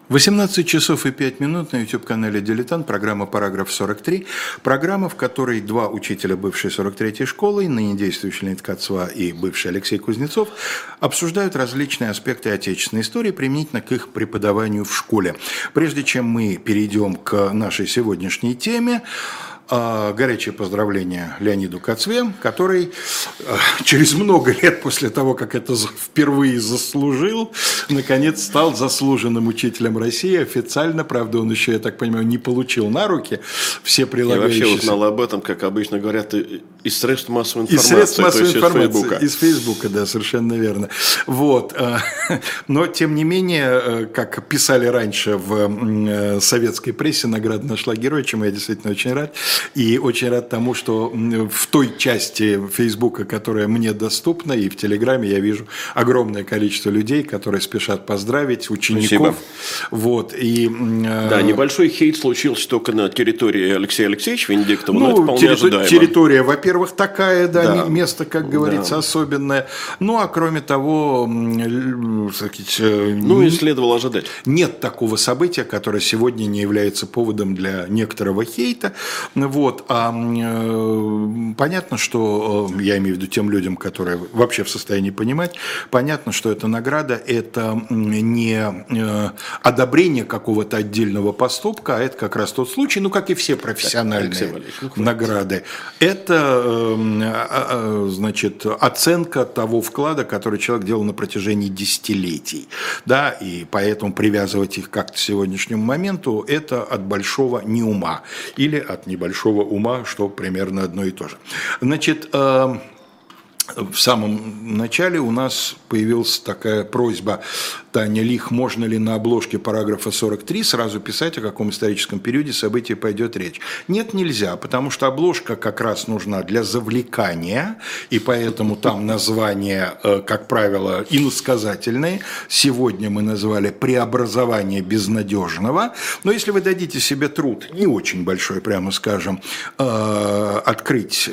18 часов и 5 минут на YouTube-канале «Дилетант», программа «Параграф 43», программа, в которой два учителя бывшей 43-й школы, ныне действующий Леонид Кацва и бывший Алексей Кузнецов, обсуждают различные аспекты отечественной истории применительно к их преподаванию в школе. Прежде чем мы перейдем к нашей сегодняшней теме, горячее поздравление Леониду Кацве, который через много лет после того, как это впервые заслужил, наконец стал заслуженным учителем России. Официально, правда, он еще, я так понимаю, не получил на руки все прилагающиеся. Я вообще узнал об этом, как обычно говорят, из средств массовой информации. Из средств массовой информации, из Фейсбука, да, совершенно верно. Вот. Но, тем не менее, как писали раньше в советской прессе, награда нашла героя, чему я действительно очень рад. И очень рад тому, что в той части Фейсбука, которая мне доступна, и в Телеграме я вижу огромное количество людей, которые спешат поздравить, учеников. Спасибо. Вот, и, да, небольшой хейт случился только на территории Алексея Алексеевича Венедиктова, но это вполне ожидаемо. Территория, во-первых, такая, да, место, как говорится, особенное. Ну, а кроме того, и следовало ожидать. Нет такого события, которое сегодня не является поводом для некоторого хейта. Вот. Понятно, что, я имею в виду тем людям, которые вообще в состоянии понимать, понятно, что эта награда – это не одобрение какого-то отдельного поступка, а это как раз тот случай, ну, как и все профессиональные награды. Это, значит, оценка того вклада, который человек делал на протяжении десятилетий. Да, и поэтому привязывать их как-то к сегодняшнему моменту – это от большого неума или от небольшого ума, что примерно одно и то же. Значит, в самом начале у нас появилась такая просьба: Таня Лих, можно ли на обложке параграфа 43 сразу писать, о каком историческом периоде события пойдет речь? Нет, нельзя, потому что обложка как раз нужна для завлекания, и поэтому там названия, как правило, иносказательные. Сегодня мы назвали «Преобразование безнадежного». Но если вы дадите себе труд, не очень большой, прямо скажем, открыть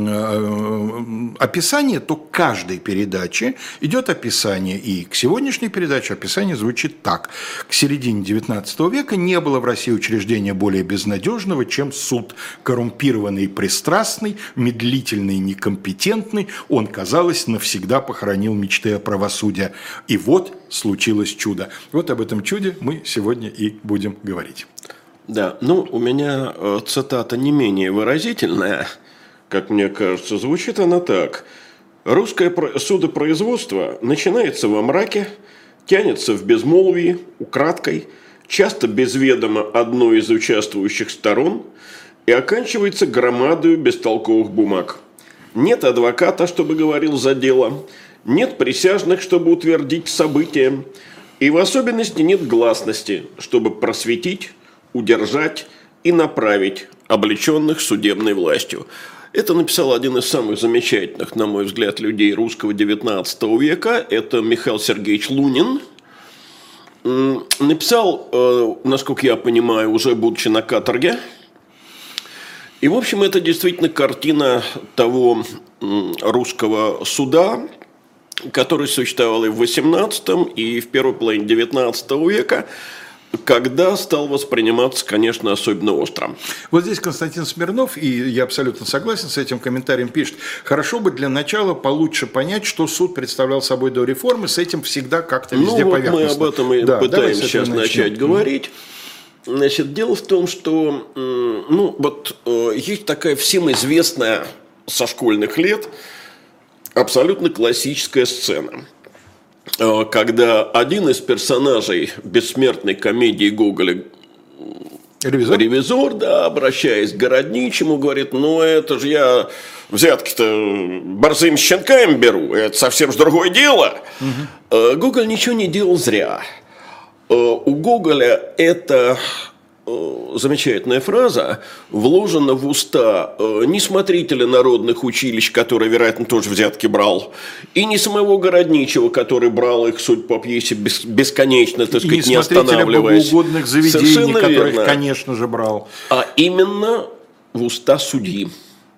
описание, то к каждой передаче идет описание, и к сегодняшней передаче описание звучит так. К середине XIX века не было в России учреждения более безнадежного, чем суд. Коррумпированный и пристрастный, медлительный и некомпетентный, он, казалось, навсегда похоронил мечты о правосудии. И вот случилось чудо. Вот об этом чуде мы сегодня и будем говорить. Да, ну, у меня цитата не менее выразительная, как мне кажется. Звучит она так. «Русское судопроизводство начинается во мраке, тянется в безмолвии, украдкой, часто без ведома одной из участвующих сторон и оканчивается громадою бестолковых бумаг. Нет адвоката, чтобы говорил за дело, нет присяжных, чтобы утвердить события, и в особенности нет гласности, чтобы просветить, удержать и направить облеченных судебной властью». Это написал один из самых замечательных, на мой взгляд, людей русского XIX века. Это Михаил Сергеевич Лунин. Написал, насколько я понимаю, уже будучи на каторге. И, в общем, это действительно картина того русского суда, который существовал и в XVIII, и в первой половине XIX века, когда стал восприниматься, конечно, особенно остро. Вот здесь Константин Смирнов, и я абсолютно согласен с этим комментарием, пишет: хорошо бы для начала получше понять, что суд представлял собой до реформы, с этим всегда как-то везде поверхностно. Ну вот мы об этом и пытаемся сейчас начать говорить. Значит, дело в том, что есть такая всем известная со школьных лет абсолютно классическая сцена, когда один из персонажей бессмертной комедии Гоголя, ревизор, да, обращаясь к городничему, говорит: ну это же я взятки-то борзыми щенками беру, это совсем же другое дело. Угу. Гоголь ничего не делал зря. У Гоголя это замечательная фраза вложена в уста не смотрителя народных училищ, который, вероятно, тоже взятки брал, и не самого городничего, который брал их, судя по пьесе, бесконечно, так сказать, не останавливаясь. И богоугодных заведений, которых, конечно же, брал. А именно в уста судьи.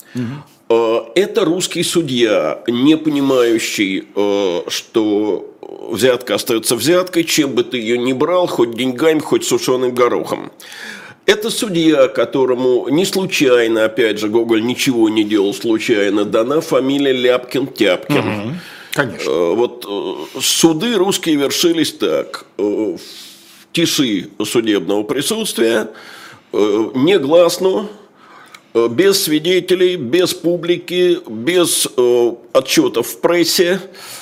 Угу. Это русский судья, не понимающий, что взятка остается взяткой, чем бы ты ее ни брал, хоть деньгами, хоть сушеным горохом. Это судья, которому не случайно, опять же, Гоголь ничего не делал случайно, дана фамилия Ляпкин-Тяпкин. Угу. Конечно. Вот суды русские вершились так, в тиши судебного присутствия, негласно, без свидетелей, без публики, без отчетов в прессе,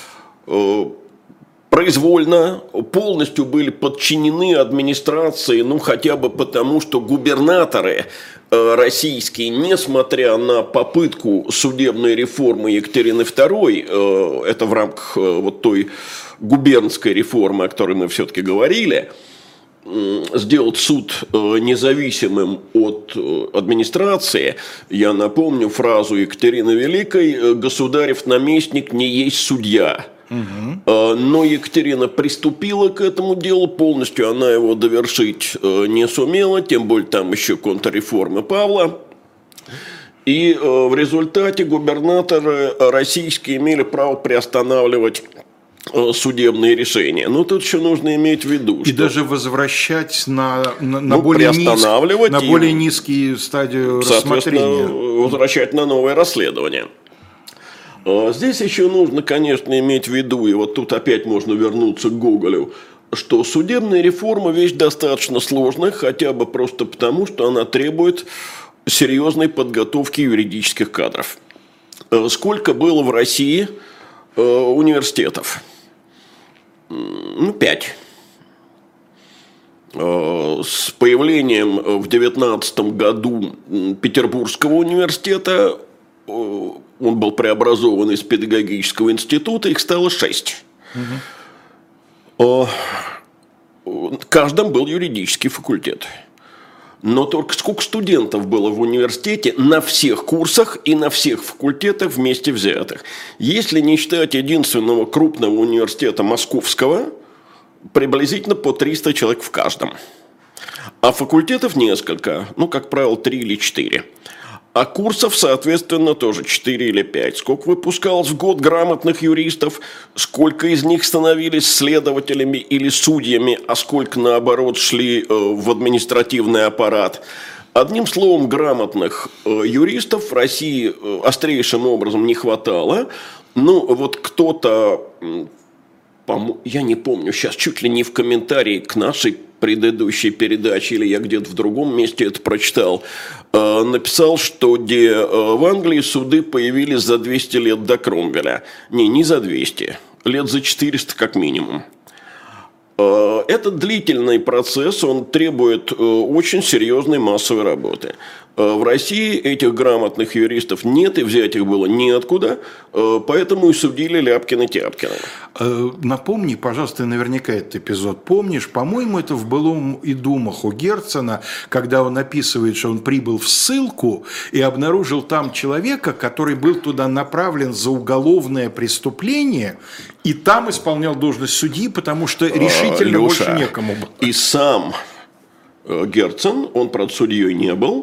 произвольно, полностью были подчинены администрации, ну хотя бы потому, что губернаторы российские, несмотря на попытку судебной реформы Екатерины II, это в рамках вот той губернской реформы, о которой мы все-таки говорили, сделать суд независимым от администрации, я напомню фразу Екатерины Великой: «Государев наместник не есть судья». Но Екатерина приступила к этому делу полностью, она его довершить не сумела, тем более там еще контрреформа Павла. И в результате губернаторы российские имели право приостанавливать судебные решения. Но тут еще нужно иметь в виду, и даже возвращать на более низкие стадии рассмотрения. Возвращать на новое расследование. Здесь еще нужно, конечно, иметь в виду, и вот тут опять можно вернуться к Гоголю, что судебная реформа вещь достаточно сложная, хотя бы просто потому, что она требует серьезной подготовки юридических кадров. Сколько было в России университетов? 5. С появлением в 19 году Петербургского университета, он был преобразован из педагогического института, их стало 6. В каждом был юридический факультет. Но только сколько студентов было в университете на всех курсах и на всех факультетах вместе взятых? Если не считать единственного крупного университета московского, приблизительно по 300 человек в каждом. А факультетов несколько, ну, как правило, 3 или 4. А курсов, соответственно, тоже 4 или 5. Сколько выпускалось в год грамотных юристов, сколько из них становились следователями или судьями, а сколько, наоборот, шли в административный аппарат. Одним словом, грамотных юристов в России острейшим образом не хватало. Ну, вот кто-то, я не помню, сейчас чуть ли не в комментарии к нашей предыдущей передаче, или я где-то в другом месте это прочитал, написал, что в Англии суды появились за 200 лет до Кромвеля. Не за 200, лет за 400 как минимум. Это длительный процесс, он требует очень серьезной массовой работы. В России этих грамотных юристов нет, и взять их было неоткуда, поэтому и судили Ляпкина-Тяпкина. Напомни, пожалуйста, ты наверняка этот эпизод помнишь. По-моему, это в «Былом и думах» у Герцена, когда он описывает, что он прибыл в ссылку и обнаружил там человека, который был туда направлен за уголовное преступление, и там исполнял должность судьи, потому что решительно Леша, больше некому было. И сам Герцен, он, правда, судьей не был,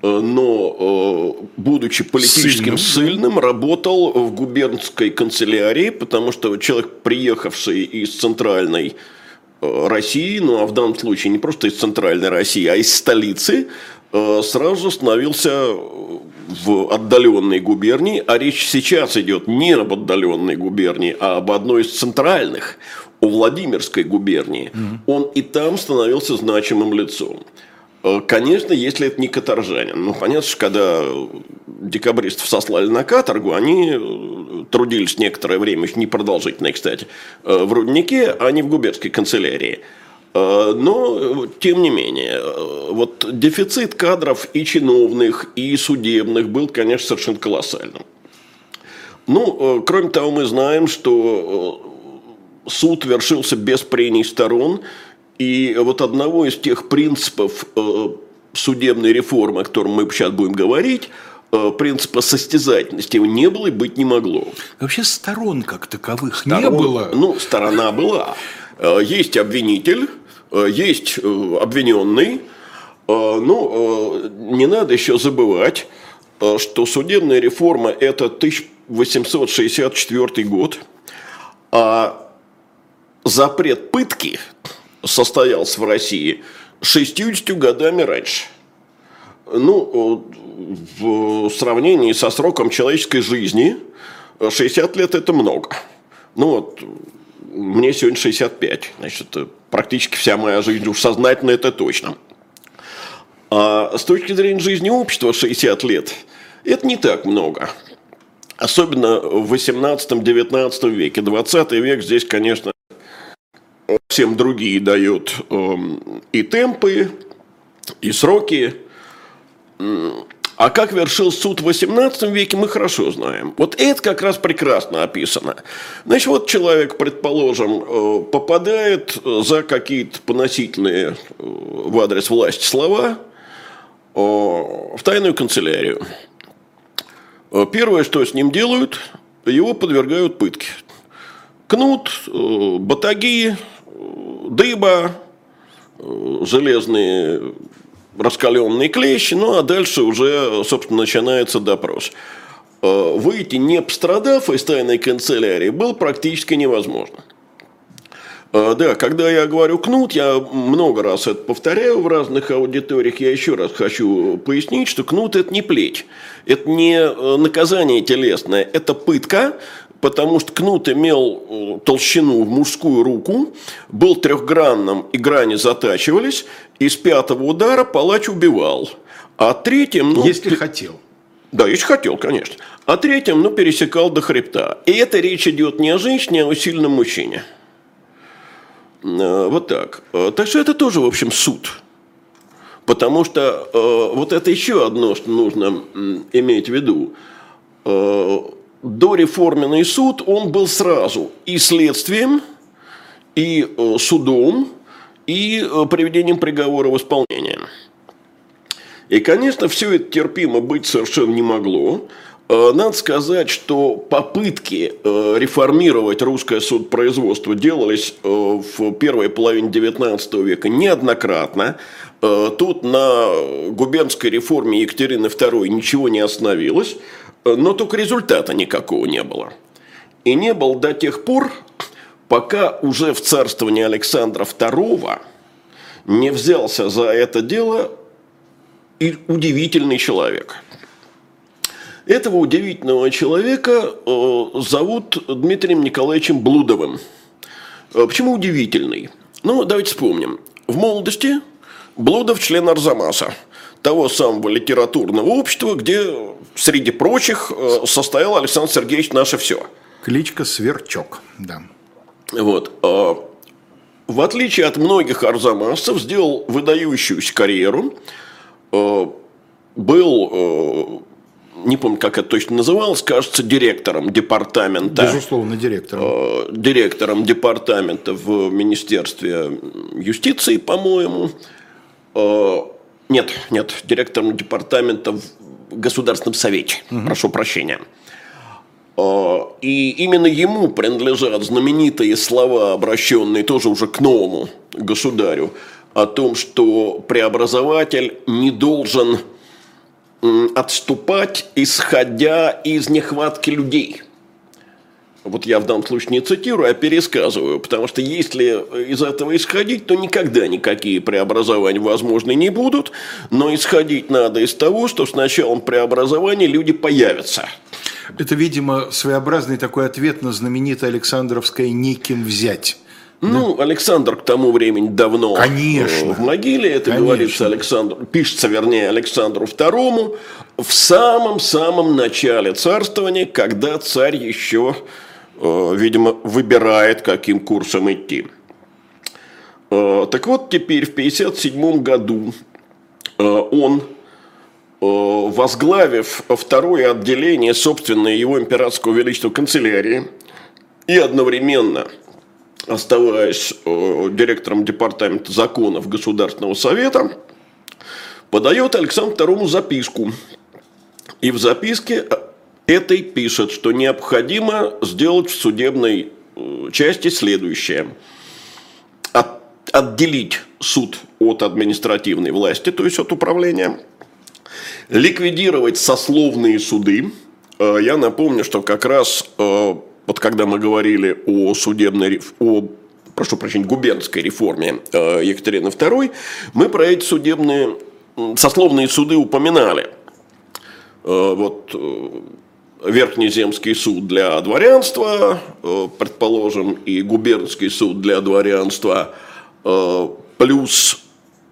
но, будучи политическим ссыльным, работал в губернской канцелярии, потому что человек, приехавший из центральной России, ну а в данном случае не просто из центральной России, а из столицы, сразу же становился в отдаленной губернии, а речь сейчас идет не об отдаленной губернии, а об одной из центральных, о Владимирской губернии. Он и там становился значимым лицом. Конечно, если это не каторжанин. Ну, понятно, что когда декабристов сослали на каторгу, они трудились некоторое время, еще непродолжительное, кстати, в руднике, а не в губернской канцелярии. Но, тем не менее, вот дефицит кадров и чиновных, и судебных был, конечно, совершенно колоссальным. Ну, кроме того, мы знаем, что суд вершился без прений сторон. И вот одного из тех принципов судебной реформы, о котором мы сейчас будем говорить, принципа состязательности, его не было и быть не могло. Вообще сторон как таковых не было. Ну, сторона была. Есть обвинитель, есть обвиненный. Ну, не надо еще забывать, что судебная реформа – это 1864 год, а запрет пытки состоялся в России 60 годами раньше. Ну, в сравнении со сроком человеческой жизни 60 лет – это много. Ну вот, мне сегодня 65, значит, практически вся моя жизнь уж сознательно, это точно. А с точки зрения жизни общества 60 лет – это не так много. Особенно в 18-19 веке. 20 век здесь, конечно, совсем другие дают и темпы, и сроки. А как вершил суд в 18 веке, мы хорошо знаем. Вот это как раз прекрасно описано. Значит, вот человек, предположим, попадает за какие-то поносительные в адрес власти слова в тайную канцелярию. Первое, что с ним делают, его подвергают пытке. Кнут, батаги, дыба, железные раскаленные клещи, ну а дальше уже, собственно, начинается допрос. Выйти, не пострадав из тайной канцелярии, было практически невозможно. Да, когда я говорю кнут, я много раз это повторяю в разных аудиториях, я еще раз хочу пояснить, что кнут – это не плеть, это не наказание телесное, это пытка, потому что кнут имел толщину в мужскую руку, был трехгранным, и грани затачивались, и с 5-го удара палач убивал. А третьим... Ну, если хотел. Да, если хотел, конечно. А третьим, ну, пересекал до хребта. И это речь идет не о женщине, а о сильном мужчине. Вот так. Так что это тоже, в общем, суд. Потому что вот это еще одно, что нужно иметь в виду. Дореформенный суд, он был сразу и следствием, и судом, и приведением приговора в исполнение. И, конечно, все это терпимо быть совершенно не могло. Надо сказать, что попытки реформировать русское судопроизводство делались в первой половине XIX века неоднократно. Тут на губернской реформе Екатерины II ничего не остановилось, но только результата никакого не было. И не было до тех пор, пока уже в царствовании Александра II не взялся за это дело и удивительный человек. Этого удивительного человека зовут Дмитрием Николаевичем Блудовым. Почему удивительный? Ну, давайте вспомним. В молодости Блудов член Арзамаса, того самого литературного общества, где, среди прочих, состоял Александр Сергеевич «Наше все». Кличка Сверчок, да. Вот. В отличие от многих арзамасцев, сделал выдающуюся карьеру, был... не помню, как это точно называлось, кажется, директором департамента. Безусловно, директором. Директором департамента в Министерстве юстиции, по-моему. Нет, директором департамента в Государственном совете. Прошу прощения. И именно ему принадлежат знаменитые слова, обращенные тоже уже к новому государю, о том, что преобразователь не должен отступать, исходя из нехватки людей. Вот я в данном случае не цитирую, а пересказываю, потому что если из этого исходить, то никогда никакие преобразования возможны не будут, но исходить надо из того, что с началом преобразования люди появятся. Это, видимо, своеобразный такой ответ на знаменитое Александровское «неким взять». Ну, да. Александр к тому времени давно Конечно. В могиле, это говорится пишется, вернее, Александру II в самом-самом начале царствования, когда царь еще, видимо, выбирает, каким курсом идти. Так вот, теперь в 1957 году он, возглавив второе отделение собственной его императорского величества канцелярии и одновременно оставаясь директором департамента законов Государственного совета, подает Александру II записку. И в записке этой пишет, что необходимо сделать в судебной части следующее. Отделить суд от административной власти, то есть от управления. Ликвидировать сословные суды. Я напомню, что как раз... Вот когда мы говорили о прошу прощения, губернской реформе Екатерины II, мы про эти судебные, сословные суды упоминали. Вот Верхнеземский суд для дворянства, предположим, и губернский суд для дворянства, плюс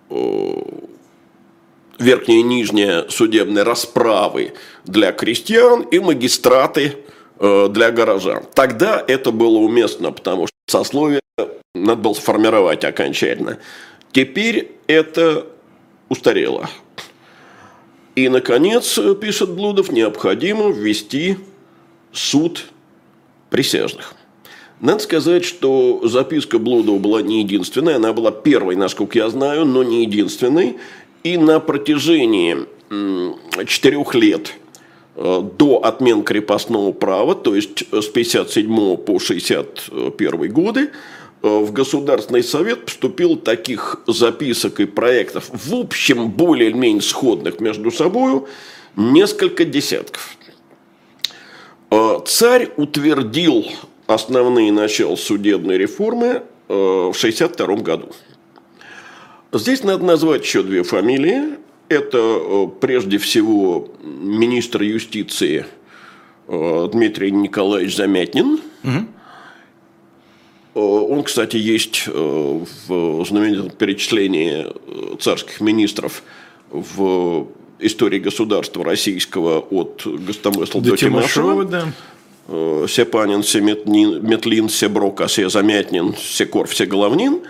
верхние и нижние судебные расправы для крестьян и магистраты для горожан. Тогда это было уместно, потому что сословие надо было сформировать окончательно. Теперь это устарело. И, наконец, пишет Блудов, необходимо ввести суд присяжных. Надо сказать, что записка Блудова была не единственной, она была первой, насколько я знаю, но не единственной. И на протяжении 4 лет до отмен крепостного права, то есть с 57 по 61 годы, в Государственный совет поступило таких записок и проектов, в общем, более-менее сходных между собой, несколько десятков. Царь утвердил основные начала судебной реформы в 1962 году. Здесь надо назвать еще 2 фамилии. Это, прежде всего, министр юстиции Дмитрий Николаевич Замятнин. Угу. Он, кстати, есть в знаменитом перечислении царских министров в истории государства российского от Гостомысла до Тимошова. Да. Сепанин, Метлин, Себрок, Замятнин, Секор, Всеголовнин.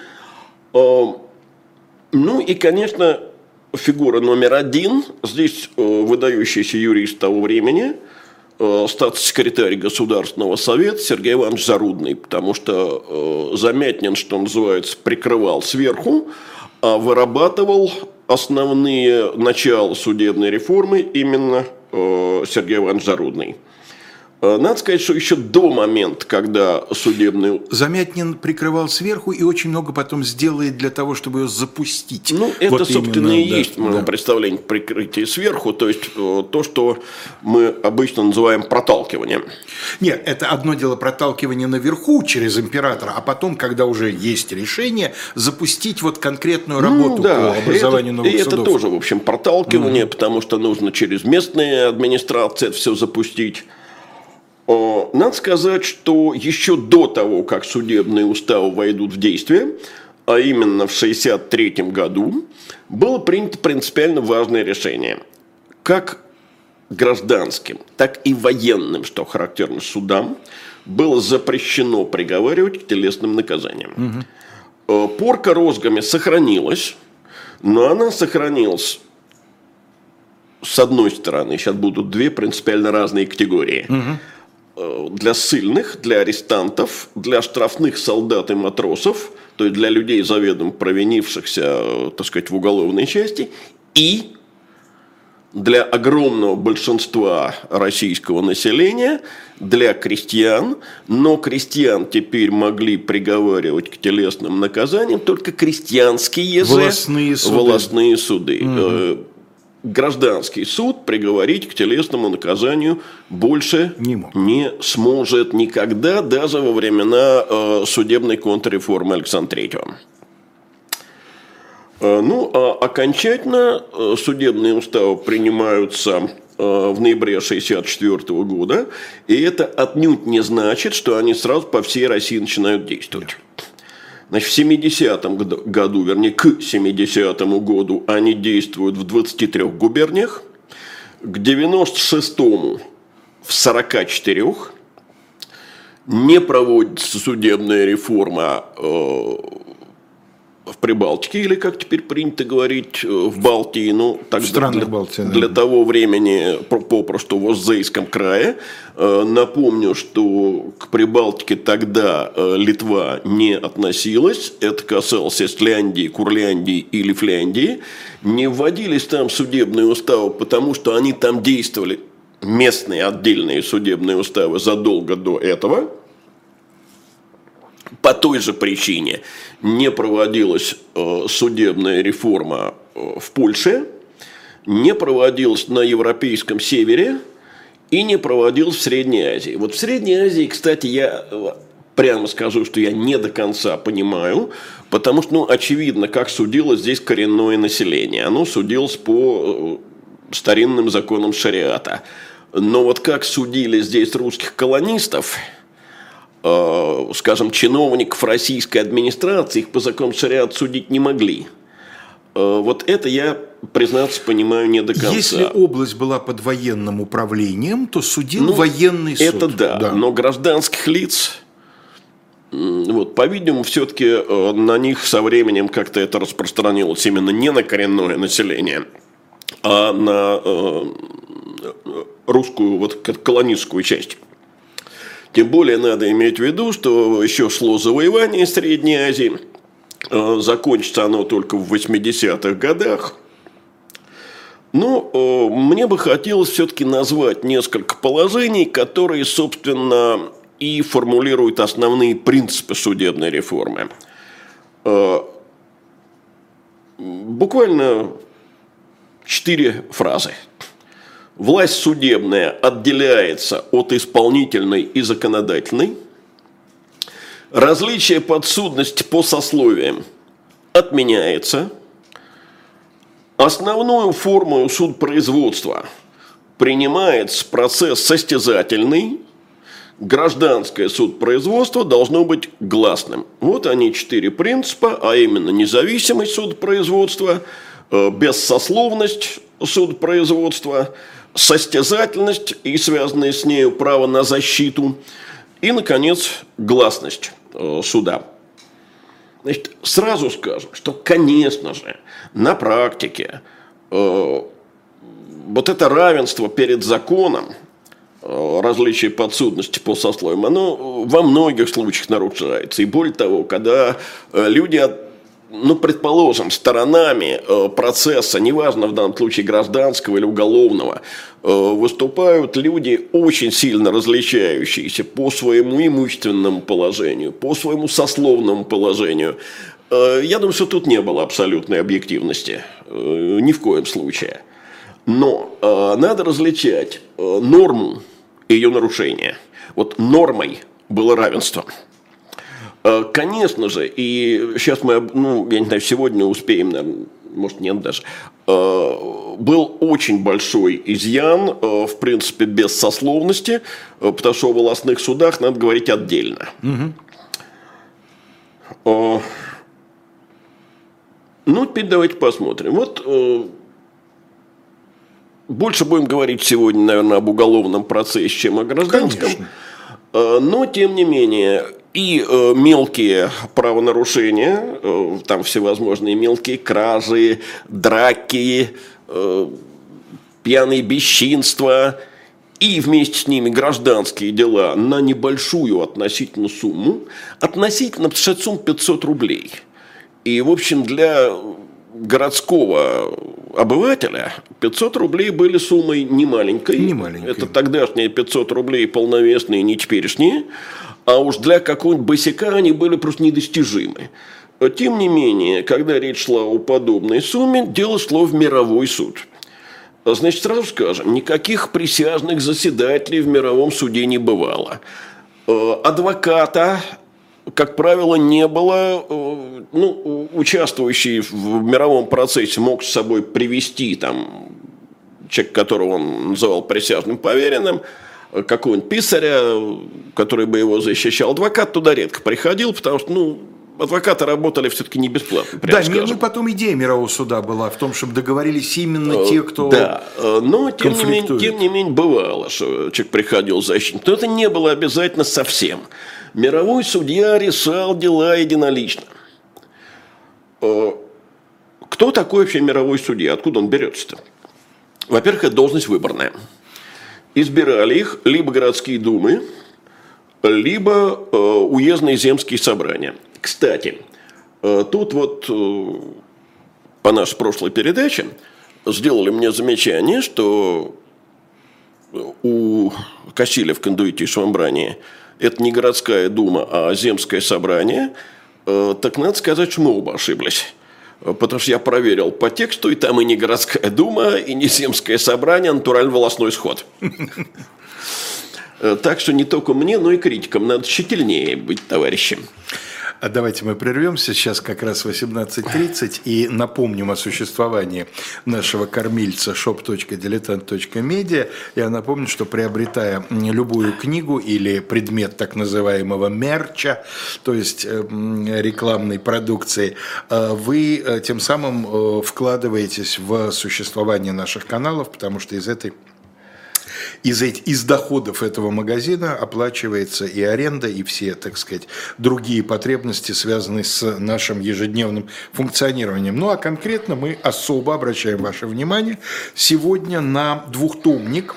Ну и, конечно, фигура номер 1, здесь выдающийся юрист того времени, статс-секретарь Государственного совета Сергей Иванович Зарудный, потому что Замятнин, что называется, прикрывал сверху, а вырабатывал основные начала судебной реформы именно Сергей Иванович Зарудный. Надо сказать, что еще до момента, когда судебный... Замятнин прикрывал сверху и очень много потом сделает для того, чтобы ее запустить. Ну, это, вот собственно, именно, и есть мое представление прикрытия сверху, то есть то, что мы обычно называем проталкиванием. Нет, это одно дело проталкивание наверху через императора, а потом, когда уже есть решение, запустить вот конкретную работу по образованию новых судов. Это тоже, в общем, проталкивание, потому что нужно через местные администрации это все запустить. Надо сказать, что еще до того, как судебные уставы войдут в действие, а именно в 1963 году, было принято принципиально важное решение. Как гражданским, так и военным, что характерно судам, было запрещено приговаривать к телесным наказаниям. Угу. Порка розгами сохранилась, но она сохранилась с одной стороны. Сейчас будут 2 принципиально разные категории. Угу. Для ссыльных, для арестантов, для штрафных солдат и матросов, то есть для людей, заведомо провинившихся, так сказать, в уголовной части, и для огромного большинства российского населения, для крестьян, но крестьян теперь могли приговаривать к телесным наказаниям только крестьянские волостные суды. Угу. Гражданский суд приговорить к телесному наказанию больше не сможет никогда, даже во времена судебной контрреформы Александра III. Ну, а окончательно судебные уставы принимаются в ноябре 1964 года, и это отнюдь не значит, что они сразу по всей России начинают действовать. Значит, в 70-м году, вернее, к 70-му году они действуют в 23 губерниях, к 96-му в 44, не проводится судебная реформа в Прибалтике, или, как теперь принято говорить, в Балтии, ну, тогда для того времени попросту в Оздзейском крае. Напомню, что к Прибалтике тогда Литва не относилась, это касалось Эстляндии, Курляндии и Лифляндии. Не вводились там судебные уставы, потому что они там действовали, местные отдельные судебные уставы, задолго до этого. По той же причине не проводилась судебная реформа в Польше, не проводилась на Европейском севере и не проводилась в Средней Азии. Вот в Средней Азии, кстати, я прямо скажу, что я не до конца понимаю, потому что, очевидно, как судило здесь коренное население. Оно судилось по старинным законам шариата. Но вот как судили здесь русских колонистов, скажем, чиновников российской администрации, их по законам шариата судить не могли. Вот это я, признаться, понимаю не до конца. Если область была под военным управлением, то судил военный суд. Это да, но гражданских лиц, по-видимому, все-таки на них со временем как-то это распространилось именно не на коренное население, а на русскую колонистскую часть. Тем более надо иметь в виду, что еще шло завоевание Средней Азии. Закончится оно только в 80-х годах. Но мне бы хотелось все-таки назвать несколько положений, которые, собственно, и формулируют основные принципы судебной реформы. Буквально 4 фразы. Власть судебная отделяется от исполнительной и законодательной. Различие подсудности по сословиям отменяется. Основную форму судопроизводства принимается процесс состязательный. Гражданское судопроизводство должно быть гласным. Вот они 4 принципа, а именно независимость судопроизводства, бессословность судопроизводства, состязательность и связанное с нею право на защиту и, наконец, гласность суда. Значит, сразу скажем, что, конечно же, на практике вот это равенство перед законом, различие подсудности по сословиям, оно во многих случаях нарушается. И более того, когда люди, предположим, сторонами процесса, неважно в данном случае гражданского или уголовного, выступают люди, очень сильно различающиеся по своему имущественному положению, по своему сословному положению. Я думаю, что тут не было абсолютной объективности, ни в коем случае. Но надо различать норму и ее нарушение. Вот нормой было равенство. Конечно же, и сейчас мы, я не знаю, сегодня успеем, наверное, может нет даже, был очень большой изъян, в принципе, бессословности, потому что о волостных судах надо говорить отдельно. Теперь давайте посмотрим. Вот больше будем говорить сегодня, наверное, об уголовном процессе, чем о гражданском. Конечно. Но, тем не менее, и мелкие правонарушения, там всевозможные мелкие кражи, драки, пьяные бесчинства, и вместе с ними гражданские дела на небольшую относительно сумму, относительно, потому что это сумма 500 рублей. И, в общем, для городского обывателя 500 рублей были суммой немаленькой. Это тогдашние 500 рублей полновесные, не теперешние. А уж для какого-нибудь босяка они были просто недостижимы. Тем не менее, когда речь шла о подобной сумме, дело шло в мировой суд. Значит, сразу скажем, никаких присяжных заседателей в мировом суде не бывало. Адвоката, как правило, не было. Участвующий в мировом процессе мог с собой привести человек, которого он называл присяжным поверенным, какого-нибудь писаря, который бы его защищал. Адвокат туда редко приходил, потому что, адвокаты работали все-таки не бесплатно. Да, потом идея мирового суда была в том, чтобы договорились именно те, кто но тем не менее бывало, что человек приходил защитник. Но это не было обязательно совсем. Мировой судья решал дела единолично. Кто такой вообще мировой судья? Откуда он берется-то? Во-первых, это должность выборная. Избирали их либо городские думы, либо уездные земские собрания. Кстати, тут по нашей прошлой передаче сделали мне замечание, что у Кассиля в Кондуите и Швамбране это не городская дума, а земское собрание. Так надо сказать, что мы оба ошиблись. Потому что я проверил по тексту, и там и не городская дума, и не земское собрание, а натурально волостной сход. Так что не только мне, но и критикам надо щепетильнее быть, товарищи. А давайте мы прервемся, сейчас как раз 18:30, и напомним о существовании нашего кормильца shop.diletant.media. Я напомню, что приобретая любую книгу или предмет так называемого мерча, то есть рекламной продукции, вы тем самым вкладываетесь в существование наших каналов, потому что из доходов этого магазина оплачивается и аренда, и все, так сказать, другие потребности, связанные с нашим ежедневным функционированием. Ну, а конкретно мы особо обращаем ваше внимание сегодня на двухтомник,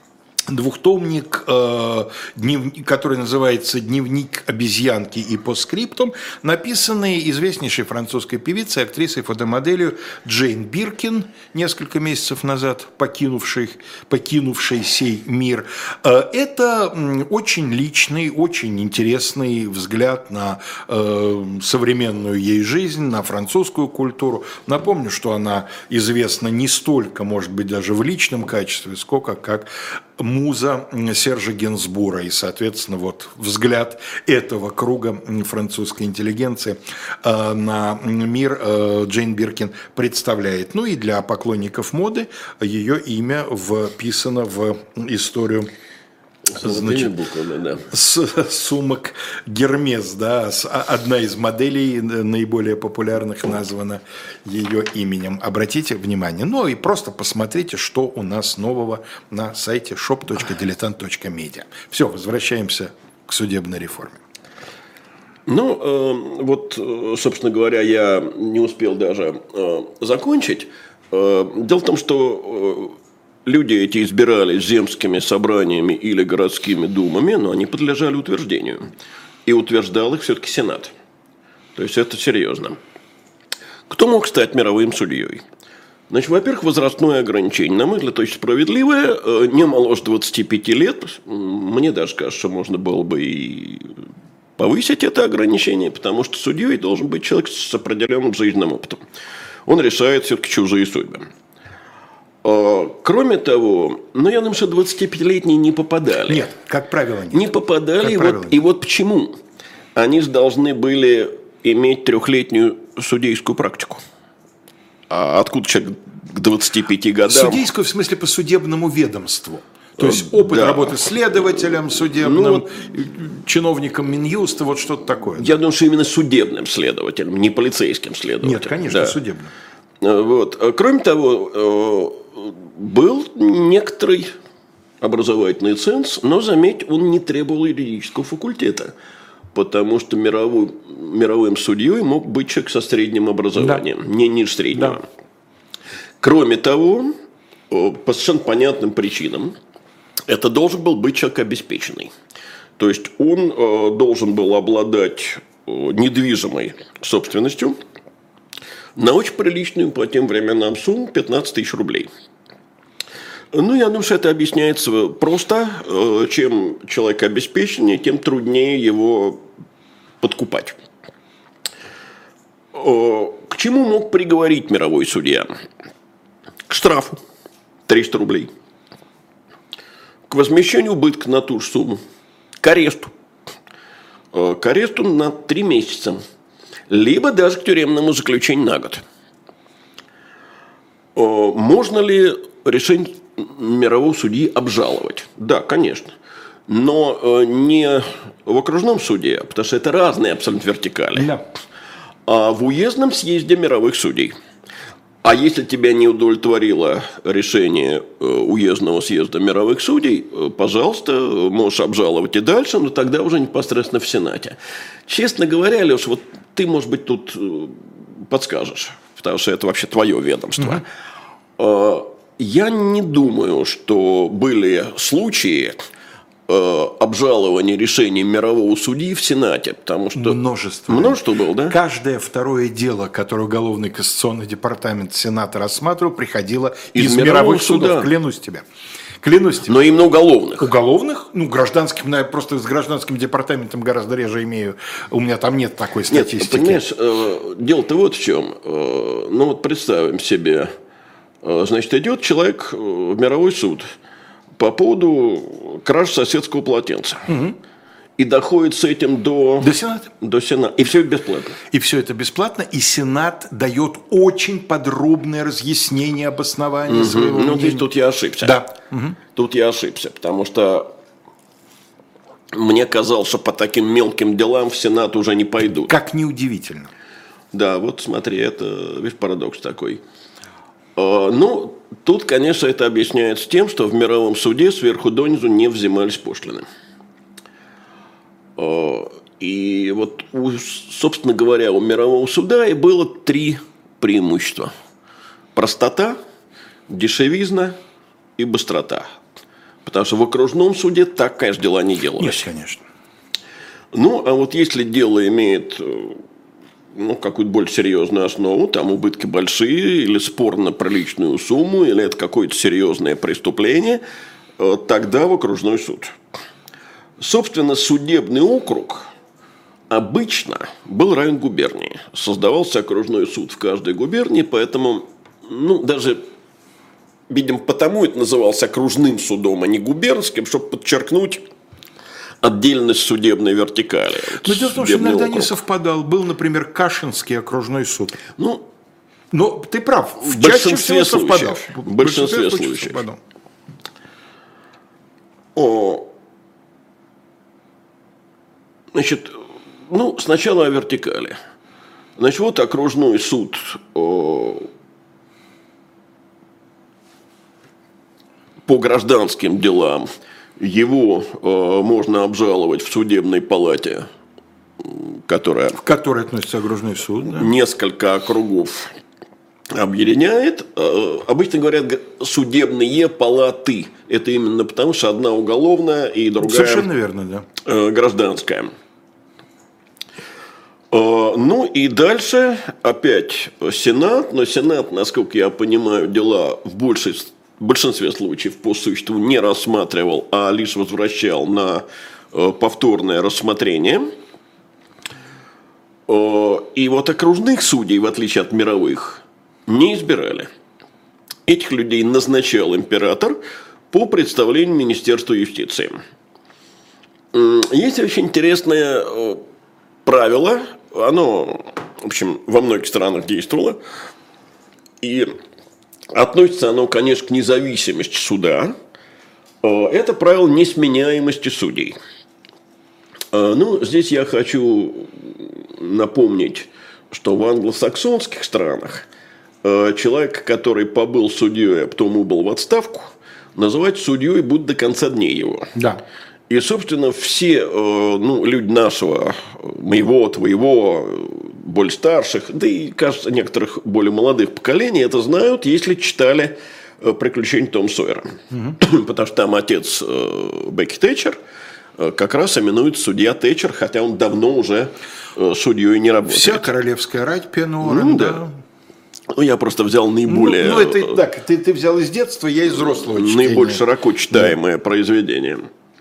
который называется «Дневник обезьянки» и постскриптум, написанный известнейшей французской певицей, актрисой, фотомоделью Джейн Биркин, несколько месяцев назад покинувшей сей мир. Это очень личный, очень интересный взгляд на современную ей жизнь, на французскую культуру. Напомню, что она известна не столько, может быть, даже в личном качестве, сколько как муза Сержа Генсбура, и, соответственно, вот взгляд этого круга французской интеллигенции на мир Джейн Биркин представляет. Ну и для поклонников моды ее имя вписано в историю, значит, с сумок Гермес, да, одна из моделей наиболее популярных названа ее именем. Обратите внимание. Ну и просто посмотрите, что у нас нового на сайте shop.diletant.media. Все, возвращаемся к судебной реформе. Ну, вот, собственно говоря, я не успел даже закончить. Дело в том, что люди эти избирались земскими собраниями или городскими думами, но они подлежали утверждению. И утверждал их все-таки Сенат. То есть это серьезно. Кто мог стать мировым судьей? Значит, во-первых, возрастное ограничение. На мой взгляд, очень справедливое. Не моложе 25 лет. Мне даже кажется, что можно было бы и повысить это ограничение, потому что судьей должен быть человек с определенным жизненным опытом. Он решает все-таки чужие судьбы. Кроме того, я думаю, что 25-летние не попадали. Нет, как правило, нет. Не попадали, и вот почему. Они же должны были иметь 3-летнюю судейскую практику. А откуда человек к 25 годам? Судейскую, в смысле, по судебному ведомству. То есть опыт работы следователем судебным, чиновником Минюста, вот что-то такое. Я думаю, что именно судебным следователем, не полицейским следователем. Нет, конечно, судебным. Вот. Кроме того, был некоторый образовательный ценз, но, заметь, он не требовал юридического факультета, потому что мировым судьей мог быть человек со средним образованием, не ниже среднего. Да. Кроме того, по совершенно понятным причинам, это должен был быть человек обеспеченный. То есть он должен был обладать недвижимой собственностью на очень приличную по тем временам сумму 15 тысяч рублей. Ну, я думаю, что это объясняется просто. Чем человек обеспеченнее, тем труднее его подкупать. К чему мог приговорить мировой судья? К штрафу 300 рублей. К возмещению убытка на ту же сумму. К аресту. К аресту на 3 месяца. Либо даже к тюремному заключению на год. Можно ли решение мирового судьи обжаловать? Да, конечно. Но не в окружном суде, потому что это разные абсолютно вертикали, да, а в уездном съезде мировых судей. А если тебя не удовлетворило решение уездного съезда мировых судей, пожалуйста, можешь обжаловать и дальше, но тогда уже непосредственно в Сенате. Честно говоря, Леш, вот ты, может быть, тут подскажешь, потому что это вообще твое ведомство. Я не думаю, что были случаи обжалования решений мирового судьи в Сенате, потому что множество было, да? Каждое второе дело, которое Уголовный кассационный департамент Сената рассматривал, приходило из мировых судов. Клянусь тебе. Но именно уголовных. Уголовных? Ну, гражданских, я просто с гражданским департаментом гораздо реже имею. У меня там нет такой статистики. Нет, понимаешь, дело-то вот в чем. Вот представим себе, значит, идет человек в мировой суд по поводу кражи соседского полотенца. И доходит с этим до Сената. До Сената. И все бесплатно. И все это бесплатно, и Сенат дает очень подробное разъяснение обоснования своего мнения. Ну, здесь тут я ошибся. Да. Тут я ошибся, потому что мне казалось, что по таким мелким делам в Сенат уже не пойдут. Как неудивительно. Да, вот смотри, это, видишь, парадокс такой. Ну, тут, конечно, это объясняется тем, что в мировом суде сверху донизу не взимались пошлины. И вот, собственно говоря, у мирового суда и было 3 преимущества. Простота, дешевизна и быстрота. Потому что в окружном суде так, конечно, дела не делалось. Нет, конечно. Ну, а вот если дело имеет какую-то более серьезную основу, там убытки большие, или спор на приличную сумму, или это какое-то серьезное преступление, тогда в окружной суд. Собственно, судебный округ обычно был равен губернии. Создавался окружной суд в каждой губернии, поэтому, даже, видимо, потому это назывался окружным судом, а не губернским, чтобы подчеркнуть отдельность судебной вертикали. Но дело в том, что иногда не совпадал. Был, например, Кашинский окружной суд. Но ты прав, в большинстве совпадал. В большинстве случаев совпадал. Значит, сначала о вертикали. Значит, вот окружной суд по гражданским делам. Его можно обжаловать в судебной палате, в которой относится окружной суд. Да? Несколько округов объединяет. Обычно говорят судебные палаты. Это именно потому, что одна уголовная и другая совершенно верно, да. Гражданская. Ну и дальше опять Сенат. Но Сенат, насколько я понимаю, дела в большинстве случаев по существу не рассматривал, а лишь возвращал на повторное рассмотрение. И вот окружных судей, в отличие от мировых, не избирали. Этих людей назначал император по представлению Министерства юстиции. Есть очень интересное правило. Оно, в общем, во многих странах действовало. И относится оно, конечно, к независимости суда. Это правило несменяемости судей. Здесь я хочу напомнить, что в англосаксонских странах человек, который побыл судьей, а потом убыл в отставку, называть судьей будут до конца дней его. Да. И, собственно, все люди нашего, моего, твоего, более старших, да и, кажется, некоторых более молодых поколений это знают, если читали «Приключения Тома Сойера». Потому что там отец Бекки Тэтчер как раз именуется судья Тэтчер, хотя он давно уже судьей не работает. Вся королевская рать Пенуорен, да. Я просто взял наиболее... это так, ты взял из детства, я из взрослого чтения. Наиболее широко читаемое произведение.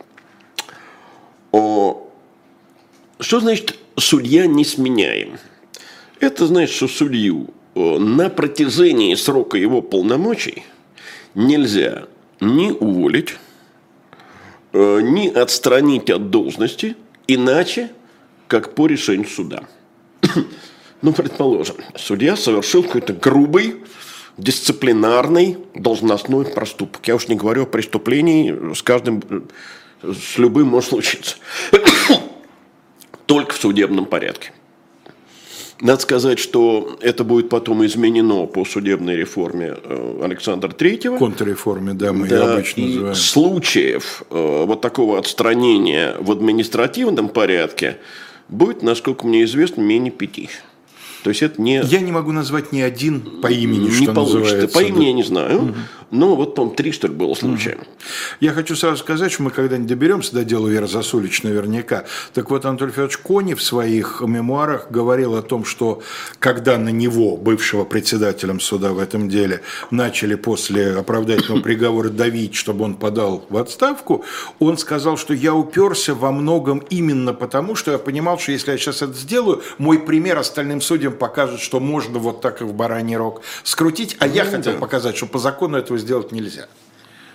Что значит судья несменяем? Это значит, что судью на протяжении срока его полномочий нельзя ни уволить, ни отстранить от должности, иначе, как по решению суда. Предположим, судья совершил какой-то грубый, дисциплинарный, должностной проступок. Я уж не говорю о преступлении, с любым может случиться. Только в судебном порядке. Надо сказать, что это будет потом изменено по судебной реформе Александра III. Контрреформе, да, мы ее обычно называем. Случаев вот такого отстранения в административном порядке будет, насколько мне известно, менее 5. То есть это не... Я не могу назвать ни один по имени, не что получится. Называется. По имени я не знаю. Но вот, по-моему, 3, что ли, было случая. Я хочу сразу сказать, что мы когда-нибудь доберемся до дела Веры Засулич наверняка. Так вот, Анатолий Федорович Кони в своих мемуарах говорил о том, что когда на него, бывшего председателем суда в этом деле, начали после оправдательного приговора давить, чтобы он подал в отставку, он сказал, что я уперся во многом именно потому, что я понимал, что если я сейчас это сделаю, мой пример остальным судьям покажет, что можно вот так и в бараний рог скрутить, а я хотел показать, что по закону этого сделать нельзя.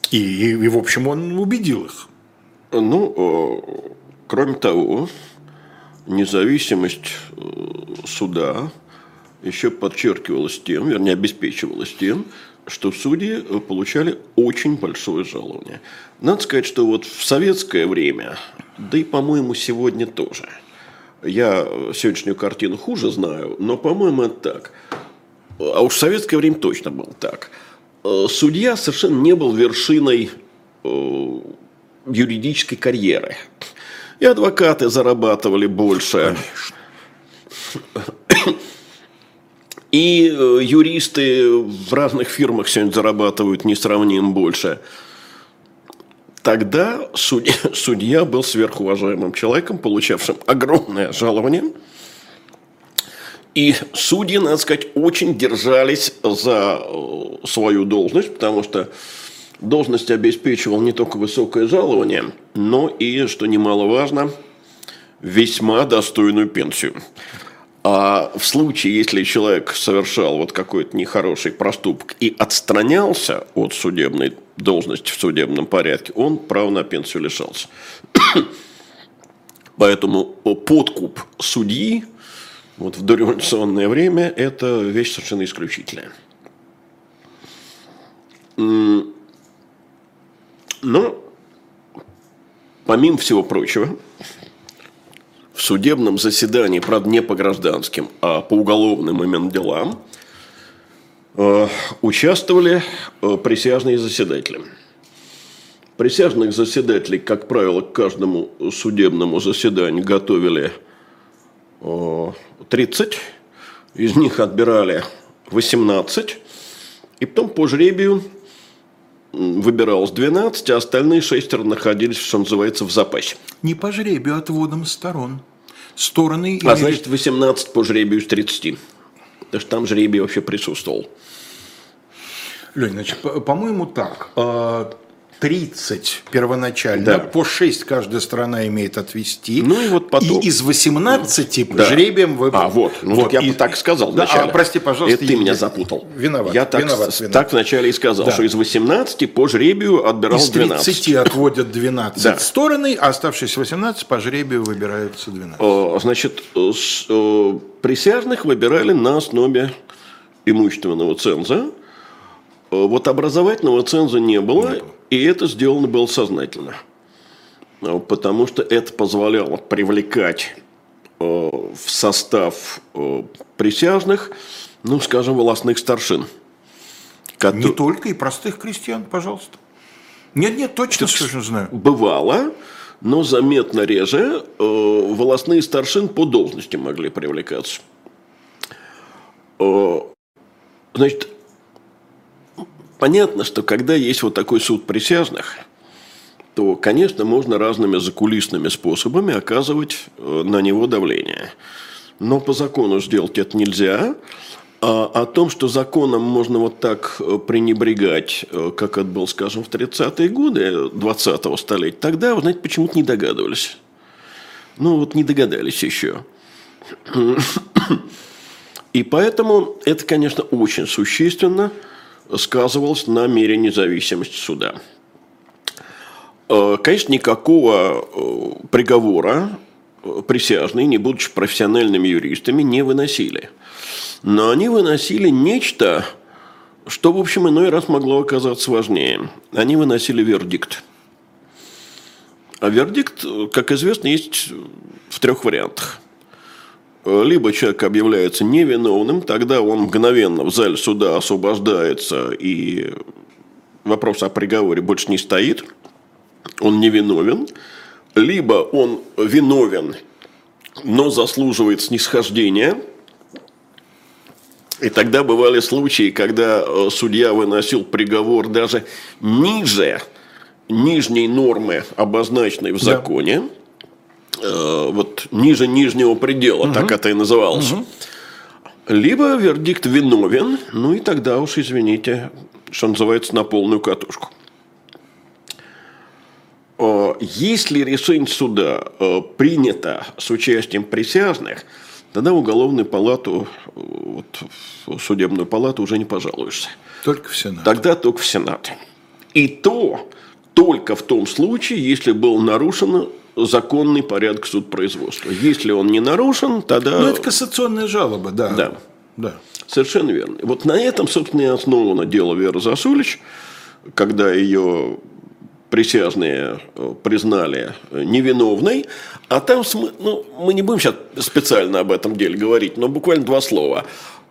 И, в общем, он убедил их. Ну, кроме того, независимость суда еще подчеркивалась тем, вернее, обеспечивалась тем, что судьи получали очень большое жалование. Надо сказать, что вот в советское время, да и, по-моему, сегодня тоже, я сегодняшнюю картину хуже знаю, но, по-моему, это так. А уж в советское время точно было так. Судья совершенно не был вершиной юридической карьеры. И адвокаты зарабатывали больше. И юристы в разных фирмах сегодня зарабатывают несравнимо больше. Тогда судья был сверхуважаемым человеком, получавшим огромное жалование. И судьи, надо сказать, очень держались за свою должность, потому что должность обеспечивала не только высокое жалование, но и, что немаловажно, весьма достойную пенсию. А в случае, если человек совершал вот какой-то нехороший проступок и отстранялся от судебной должности в судебном порядке, он права на пенсию лишался. Поэтому подкуп судьи вот в дореволюционное время – это вещь совершенно исключительная. Но, помимо всего прочего, в судебном заседании, правда, не по гражданским, а по уголовным именно делам, участвовали присяжные заседатели. Присяжных заседателей, как правило, к каждому судебному заседанию готовили 30, из них отбирали 18, и потом по жребию выбиралось 12, а остальные 6 находились, что называется, в запасе. Не по жребию, а отводом сторон. Стороны А значит, 18 по жребию из 30. Потому что там жребий вообще присутствовал. Лень, значит, по-моему, так. 30 первоначально, да. По 6 каждая сторона имеет отвести. Ну и вот потом. И из 18 по жребием выбрал. Вот. Я бы так сказал вначале. Да, прости, пожалуйста. Это ты меня запутал. Виноват. Я так вначале и сказал, что из 18 по жребию отбиралось 12. Из 30 отводят 12 стороны, а оставшиеся 18 по жребию выбираются 12. Значит, присяжных выбирали на основе имущественного ценза. Вот образовательного ценза не было. И это сделано было сознательно, потому что это позволяло привлекать в состав присяжных, ну, скажем, волостных старшин. Не только, и простых крестьян, пожалуйста. Нет, точно совершенно знаю. Бывало, но заметно реже волостные старшин по должности могли привлекаться. Значит, понятно, что когда есть вот такой суд присяжных, то, конечно, можно разными закулисными способами оказывать на него давление. Но по закону сделать это нельзя. А о том, что законом можно вот так пренебрегать, как это было, скажем, в 30-е годы 20-го столетия, тогда, вы знаете, почему-то не догадывались. Ну, вот не догадались еще. И поэтому это, конечно, очень существенно сказывалось на мере независимости суда. Конечно, никакого приговора присяжные, не будучи профессиональными юристами, не выносили. Но они выносили нечто, что, в общем, иной раз могло оказаться важнее. Они выносили вердикт. А вердикт, как известно, есть в 3 вариантах. Либо человек объявляется невиновным, тогда он мгновенно в зале суда освобождается, и вопрос о приговоре больше не стоит, он невиновен. Либо он виновен, но заслуживает снисхождения. И тогда бывали случаи, когда судья выносил приговор даже ниже нижней нормы, обозначенной в законе. Вот ниже нижнего предела, так это и называлось. Либо вердикт виновен, ну и тогда уж, извините, что называется, на полную катушку. Если решение суда принято с участием присяжных, тогда в уголовную палату, вот, в судебную палату уже не пожалуешься. Только в Сенат. Тогда только в Сенат. И то только в том случае, если был нарушен законный порядок судопроизводства. Если он не нарушен, тогда... Ну, это кассационная жалоба, да. Да. Да. Совершенно верно. Вот на этом, собственно, и основано дело Веры Засулич, когда ее присяжные признали невиновной. А там, ну, мы не будем сейчас специально об этом деле говорить, но буквально 2 слова.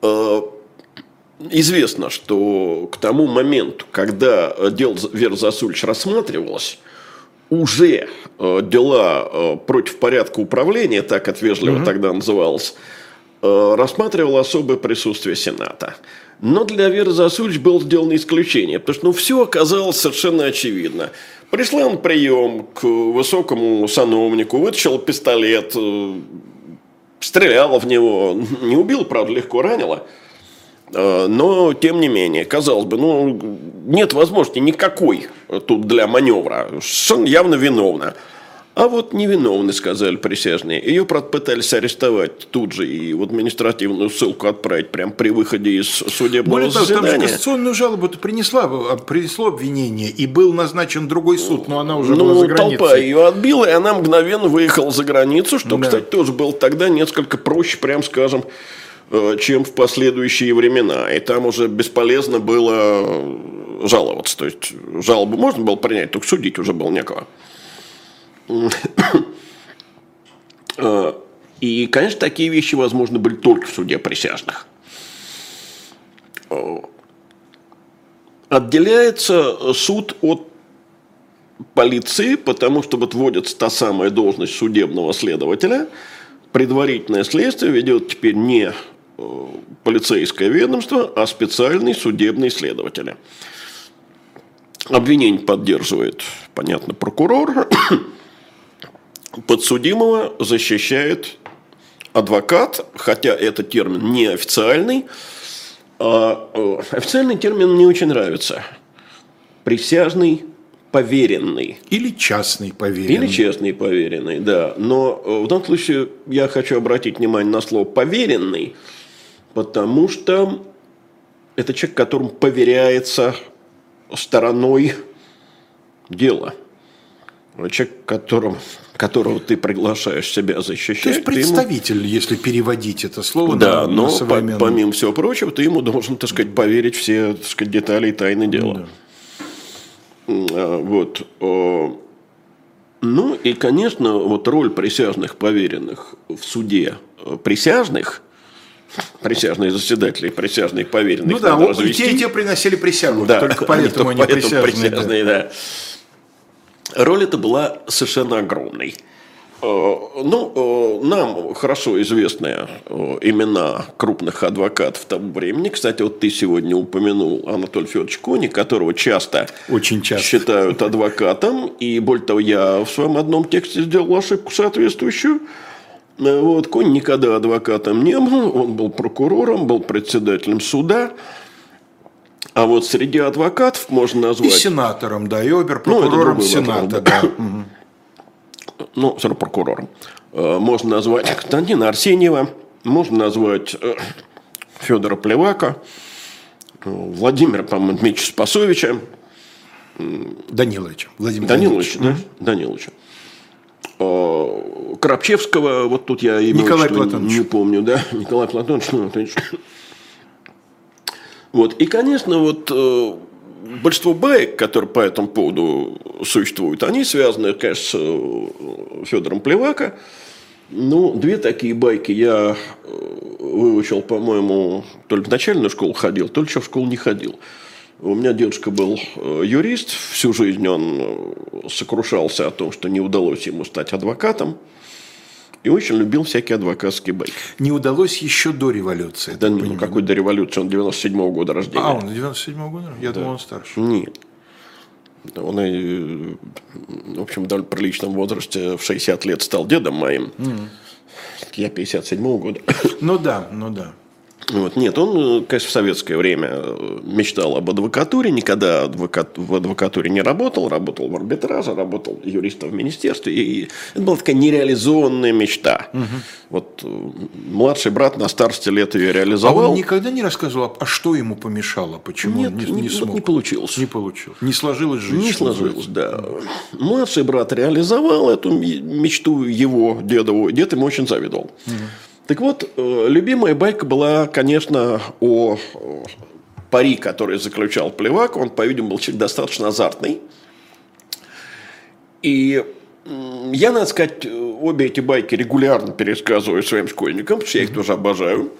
Известно, что к тому моменту, когда дело Веры Засулич рассматривалось, уже дела против порядка управления, так это вежливо тогда называлось, рассматривало особое присутствие Сената. Но для Веры Засулич было сделано исключение, потому что все оказалось совершенно очевидно. Пришла на прием к высокому сановнику, вытащила пистолет, стреляла в него, не убила, правда, легко ранила. Но, тем не менее, казалось бы, нет возможности никакой тут для маневра. Совершенно явно виновна. А вот невиновны, сказали присяжные. Ее, правда, пытались арестовать тут же и в административную ссылку отправить прямо при выходе из судебного заседания. Более того, там же кассационную жалобу-то принесло обвинение, и был назначен другой суд, но она уже была за границей. Толпа ее отбила, и она мгновенно выехала за границу, что, кстати, тоже было тогда несколько проще, прям скажем, чем в последующие времена. И там уже бесполезно было жаловаться. То есть жалобу можно было принять, только судить уже было некого. И, конечно, такие вещи возможны были только в суде присяжных. Отделяется суд от полиции, потому что вот вводится та самая должность судебного следователя. Предварительное следствие ведет теперь не полицейское ведомство, а специальный судебный следователь. Обвинение поддерживает, понятно, прокурор. Подсудимого защищает адвокат, хотя этот термин не официальный. Официальный термин мне очень нравится. Присяжный поверенный. Или частный поверенный. Или частный поверенный, да. Но в данном случае я хочу обратить внимание на слово «поверенный», потому что это человек, которому поверяется стороной дела. Человек, которого ты приглашаешь себя защищать. То есть представитель, если переводить это слово да, на но современный. Помимо всего прочего, ты ему должен, так сказать, поверить все, так сказать, детали и тайны дела. Да. Вот. Ну и, конечно, вот роль присяжных поверенных в суде присяжных, присяжные заседатели и присяжные поверенных. Ну да, вот и те приносили присягу, да, только поэтому они присяжные. Да. Роль эта была совершенно огромной. Ну, нам хорошо известны имена крупных адвокатов того времени. Кстати, вот ты сегодня упомянул Анатолия Федоровича Кони, которого очень часто считают адвокатом. И более того, я в своем одном тексте сделал ошибку соответствующую. Вот, Конь никогда адвокатом не был. Он был прокурором, был председателем суда. А вот среди адвокатов можно назвать... И сенатором, да, и оберпрокурором Сената, да. Ну, все равно прокурором. Можно назвать Константина Арсеньева, можно назвать Федора Плевака, Владимира, по-моему, Дмитриевича Спасовича. Даниловича. Даниловича. Коробчевского, вот тут я Николай Платонович. Не помню, да, Николай Платонович. Вот. И, конечно, вот большинство баек, которые по этому поводу существуют, они связаны, конечно, с Федором Плевако. Ну, 2 такие байки я выучил, по-моему, то ли в начальную школу ходил, то ли еще в школу не ходил. У меня дедушка был юрист, всю жизнь он сокрушался о том, что не удалось ему стать адвокатом. И очень любил всякие адвокатские байки. Не удалось еще до революции. Да, ну, какой до революции? Он 97-го года рождения. А, он 97-го года? Я думал, он старше. Нет. Он, в общем, в довольно приличном возрасте в 60 лет стал дедом моим. Я 57-го года. Ну да. Вот. Нет, он, конечно, в советское время мечтал об адвокатуре, никогда в адвокатуре не работал, работал в арбитраже, работал юристом в министерстве, и это была такая нереализованная мечта. Вот младший брат на старости лет ее реализовал. А он никогда не рассказывал, а что ему помешало, почему Нет, он не смог? Не получилось. Не получилось. Не сложилась жизнь. Не сложилось, да. Младший брат реализовал эту мечту его, дедову. Дед ему очень завидовал. Так вот, любимая байка была, конечно, о пари, который заключал Плевак. Он, по-видимому, был человек достаточно азартный. И я, надо сказать, обе эти байки регулярно пересказываю своим школьникам, потому что я их тоже обожаю.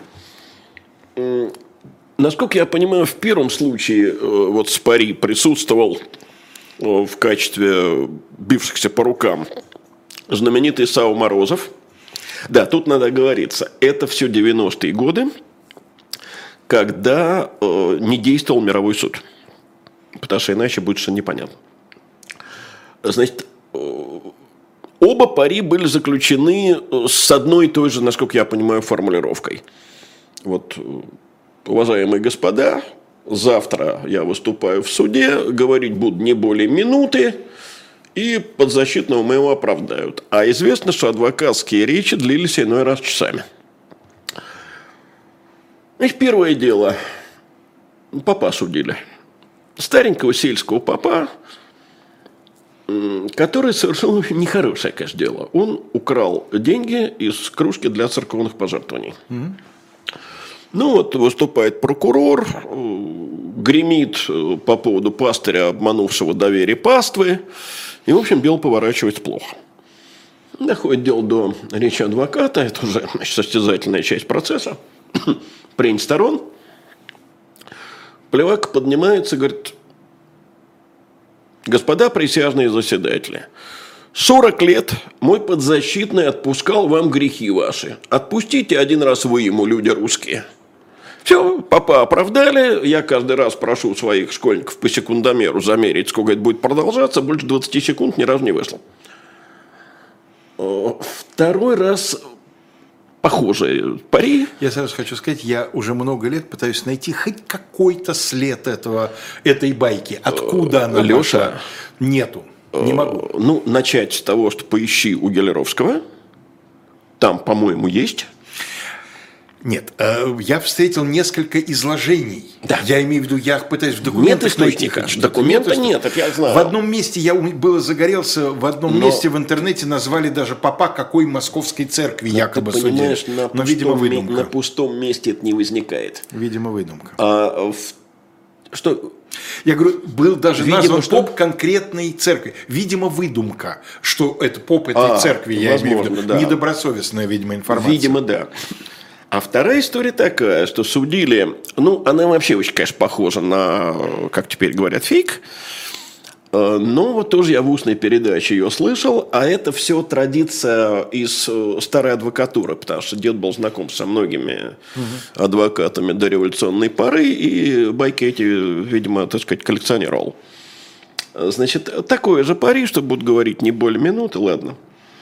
Насколько я понимаю, в первом случае вот с пари присутствовал в качестве бившихся по рукам знаменитый Сава Морозов. Да, тут надо оговориться, это все 90-е годы, когда не действовал мировой суд, потому что иначе будет что непонятно. Значит, оба пари были заключены с одной и той же, насколько я понимаю, формулировкой. Вот, уважаемые господа, завтра я выступаю в суде, говорить буду не более минуты, и подзащитного моего оправдают. А известно, что адвокатские речи длились иной раз часами. Значит, первое дело. Попа судили. Старенького сельского попа, который совершил нехорошее, конечно, дело. Он украл деньги из кружки для церковных пожертвований. Ну вот, выступает прокурор, гремит по поводу пастыря, обманувшего доверие паствы. И, в общем, дело поворачивается плохо. Доходит дело до речи адвоката. Это уже, значит, состязательная часть процесса. Принять сторон. Плевак поднимается и говорит: господа присяжные заседатели, 40 лет мой подзащитный отпускал вам грехи ваши. Отпустите один раз вы ему, люди русские. Все, попа оправдали. Я каждый раз прошу своих школьников по секундомеру замерить, сколько это будет продолжаться. Больше 20 секунд ни разу не вышло. Второй раз похожие пари. Я сразу хочу сказать, я уже много лет пытаюсь найти хоть какой-то след этой байки. Откуда она Леша, пошла? Нету. Не могу. Ну, начать с того, что поищи у Гелеровского. Там, по-моему, есть. Нет, я встретил несколько изложений. Да. Я имею в виду, я пытаюсь в документах найти. Документа нет, это я знаю. В одном месте я загорелся, в одном месте в интернете назвали даже попа какой московской церкви якобы судили. Но, видимо, выдумка. На пустом месте это не возникает. Видимо, выдумка. Что? Я говорю, был даже назван поп конкретной церкви. Видимо, выдумка, что это поп этой церкви, я имею в виду. Да. Недобросовестная, видимо, информация. Видимо, да. А вторая история такая, что судили, ну, она вообще очень, конечно, похожа на, как теперь говорят, фейк, но вот тоже я в устной передаче ее слышал, а это все традиция из старой адвокатуры, потому что дед был знаком со многими адвокатами дореволюционной поры, и байки эти, видимо, так сказать, коллекционировал. Значит, такое же пари, что будут говорить не более минуты, ладно.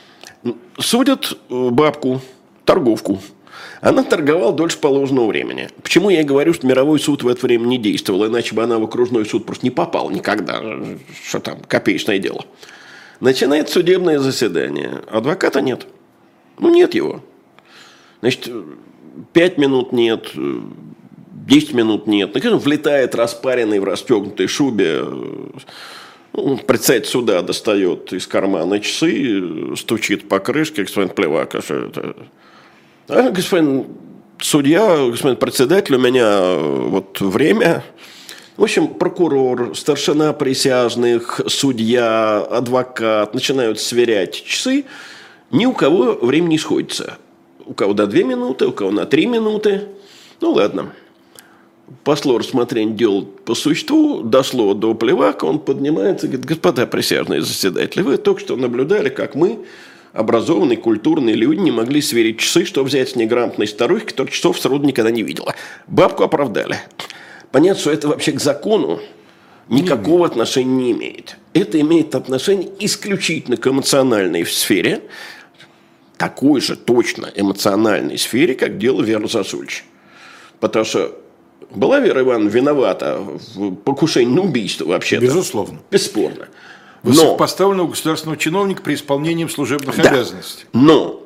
Судят бабку, торговку. Она торговала дольше положенного времени. Почему я и говорю, что мировой суд в это время не действовал, иначе бы она в окружной суд просто не попала никогда. Что там, копеечное дело. Начинает судебное заседание. Адвоката нет. Ну, нет его. Значит, 5 минут нет, 10 минут нет. Наконец, влетает распаренный в расстегнутой шубе. Председатель суда достает из кармана часы, стучит по крышке, господин Плевак, а что это... господин судья, господин председатель, у меня вот время. В общем, прокурор, старшина присяжных, судья, адвокат начинают сверять часы. Ни у кого время не сходится. У кого до 2 минуты, у кого на 3 минуты. Ну, ладно. Пошло рассмотрение дел по существу, дошло до Плевака, он поднимается и говорит: господа присяжные заседатели, вы только что наблюдали, как мы, образованные, культурные люди, не могли сверить часы, чтобы взять с неграмотной старухи, которая часов сроду никогда не видела. Бабку оправдали. Понятно, что это вообще к закону никакого отношения не имеет. Это имеет отношение исключительно к эмоциональной сфере, такой же точно эмоциональной сфере, как дело Веры Засульевича. Потому что была Вера Ивановна виновата в покушении на убийство вообще-то? Безусловно. Бесспорно. Высокопоставленного государственного чиновника при исполнении служебных обязанностей. Но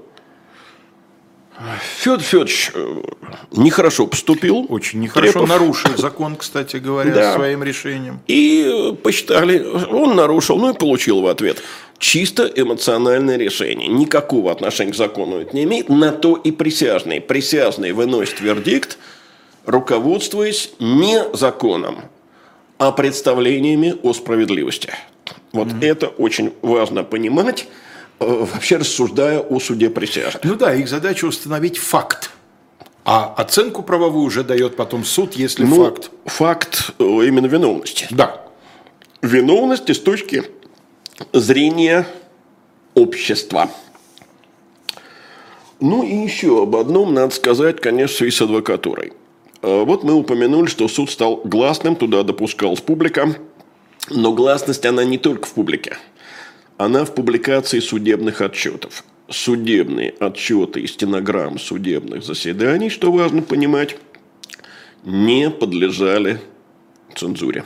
Федор Федорович нехорошо поступил. Очень нехорошо. Нарушил закон, кстати говоря, своим решением. И посчитали, он нарушил, ну и получил в ответ. Чисто эмоциональное решение. Никакого отношения к закону это не имеет. На то и присяжные. Присяжные выносят вердикт, руководствуясь не законом, а представлениями о справедливости. Вот это очень важно понимать, вообще рассуждая о суде присяжных. Ну да, их задача установить факт. А оценку правовую уже дает потом суд, если факт. Факт именно виновности. Да. Виновности с точки зрения общества. Ну и еще об одном надо сказать, конечно, в связи с адвокатурой. Вот мы упомянули, что суд стал гласным, туда допускалась публика. Но гласность, она не только в публике. Она в публикации судебных отчетов. Судебные отчеты и стенограммы судебных заседаний, что важно понимать, не подлежали цензуре.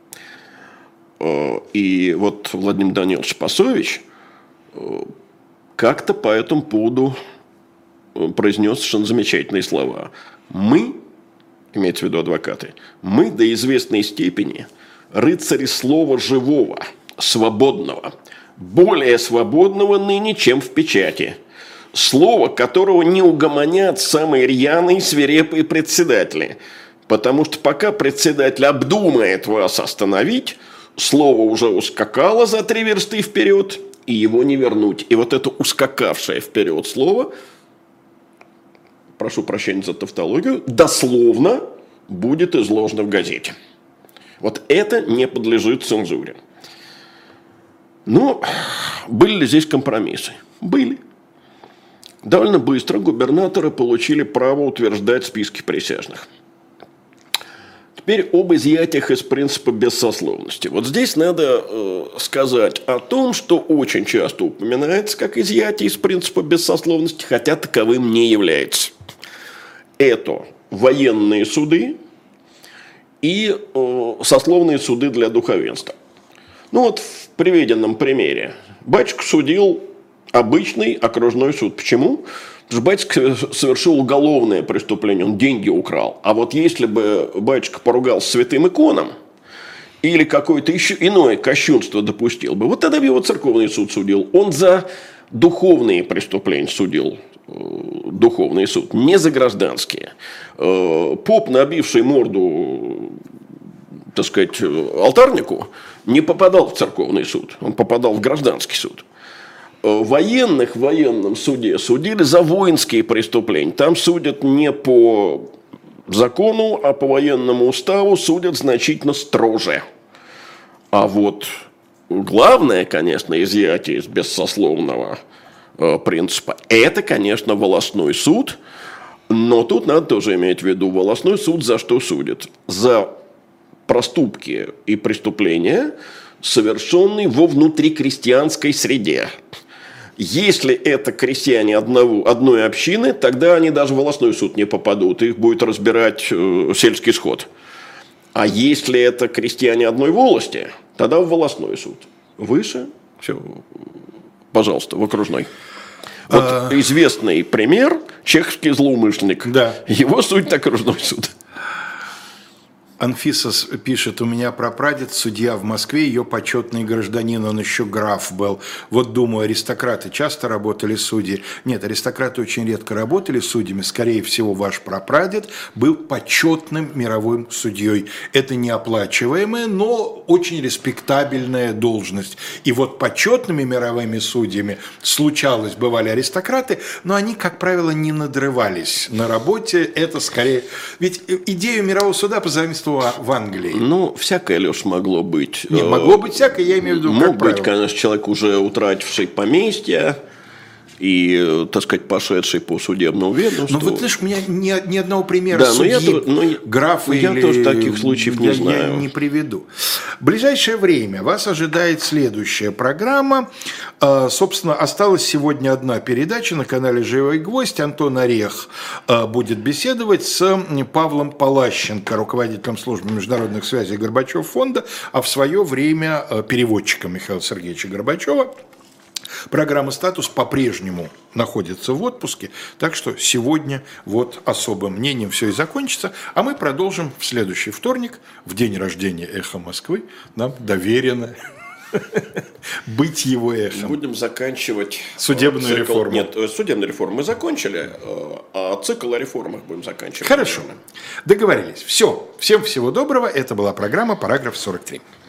И вот Владимир Данилович Пасович как-то по этому поводу произнес совершенно замечательные слова. Мы, имеется в виду адвокаты, мы до известной степени рыцари слова живого, свободного, более свободного ныне, чем в печати. Слово, которого не угомонят самые рьяные и свирепые председатели. Потому что пока председатель обдумает вас остановить, слово уже ускакало за 3 версты вперед, и его не вернуть. И вот это ускакавшее вперед слово, прошу прощения за тавтологию, дословно будет изложено в газете. Вот это не подлежит цензуре. Но были ли здесь компромиссы? Были. Довольно быстро губернаторы получили право утверждать списки присяжных. Теперь об изъятиях из принципа бессословности. Вот здесь надо сказать о том, что очень часто упоминается как изъятие из принципа бессословности, хотя таковым не является. Это военные суды и сословные суды для духовенства. Ну вот в приведенном примере. Батюшка судил обычный окружной суд. Почему? Потому что батюшка совершил уголовное преступление, он деньги украл. А вот если бы батюшка поругался святым иконам или какое-то еще иное кощунство допустил бы, вот тогда бы его церковный суд судил. Он за духовные преступления судил духовный суд, не за гражданские. Поп, набивший морду, так сказать, алтарнику, не попадал в церковный суд, он попадал в гражданский суд. Военных в военном суде судили за воинские преступления. Там судят не по закону, а по военному уставу судят значительно строже. А вот главное, конечно, изъятие из бессословного принципа, это, конечно, волостной суд. Но тут надо тоже иметь в виду, волостной суд за что судит? За проступки и преступления, совершенные во внутрикрестьянской среде. Если это крестьяне одной общины, тогда они даже в волостной суд не попадут, их будет разбирать сельский сход. А если это крестьяне одной волости, тогда в волостной суд. Выше, все, пожалуйста, в окружной. Вот известный пример, чеховский злоумышленник. Да. Его судит окружной суд. Анфиса пишет, у меня прапрадед, судья в Москве, ее почетный гражданин, он еще граф был. Вот думаю, аристократы часто работали судьи? Нет, аристократы очень редко работали судьями. Скорее всего, ваш прапрадед был почетным мировым судьей. Это неоплачиваемая, но очень респектабельная должность. И вот почетными мировыми судьями случалось, бывали аристократы, но они, как правило, не надрывались на работе. Это скорее... Ведь идею мирового суда по замыслу в Англии. Ну, всякое, Леш, могло быть. Не, могло быть всякое, я имею в виду, мог быть, конечно, человек, уже утративший поместье, и, так сказать, пошедший по судебному ведомству. Ну, вот знаешь, у меня ни одного примера да, судьи, графа я или... тоже таких случаев не знаю. Я не приведу. В ближайшее время вас ожидает следующая программа. Собственно, осталась сегодня одна передача на канале «Живой гвоздь». Антон Орех будет беседовать с Павлом Палащенко, руководителем службы международных связей Горбачев фонда, а в свое время переводчиком Михаила Сергеевича Горбачева. Программа «Статус» по-прежнему находится в отпуске, так что сегодня вот особым мнением все и закончится, а мы продолжим в следующий вторник, в день рождения «Эхо Москвы», нам доверено быть его эхом. Будем заканчивать судебную реформу. Нет, судебную реформу мы закончили, а цикл о реформах будем заканчивать. Хорошо, договорились. Все, всем всего доброго, это была программа «Параграф 43».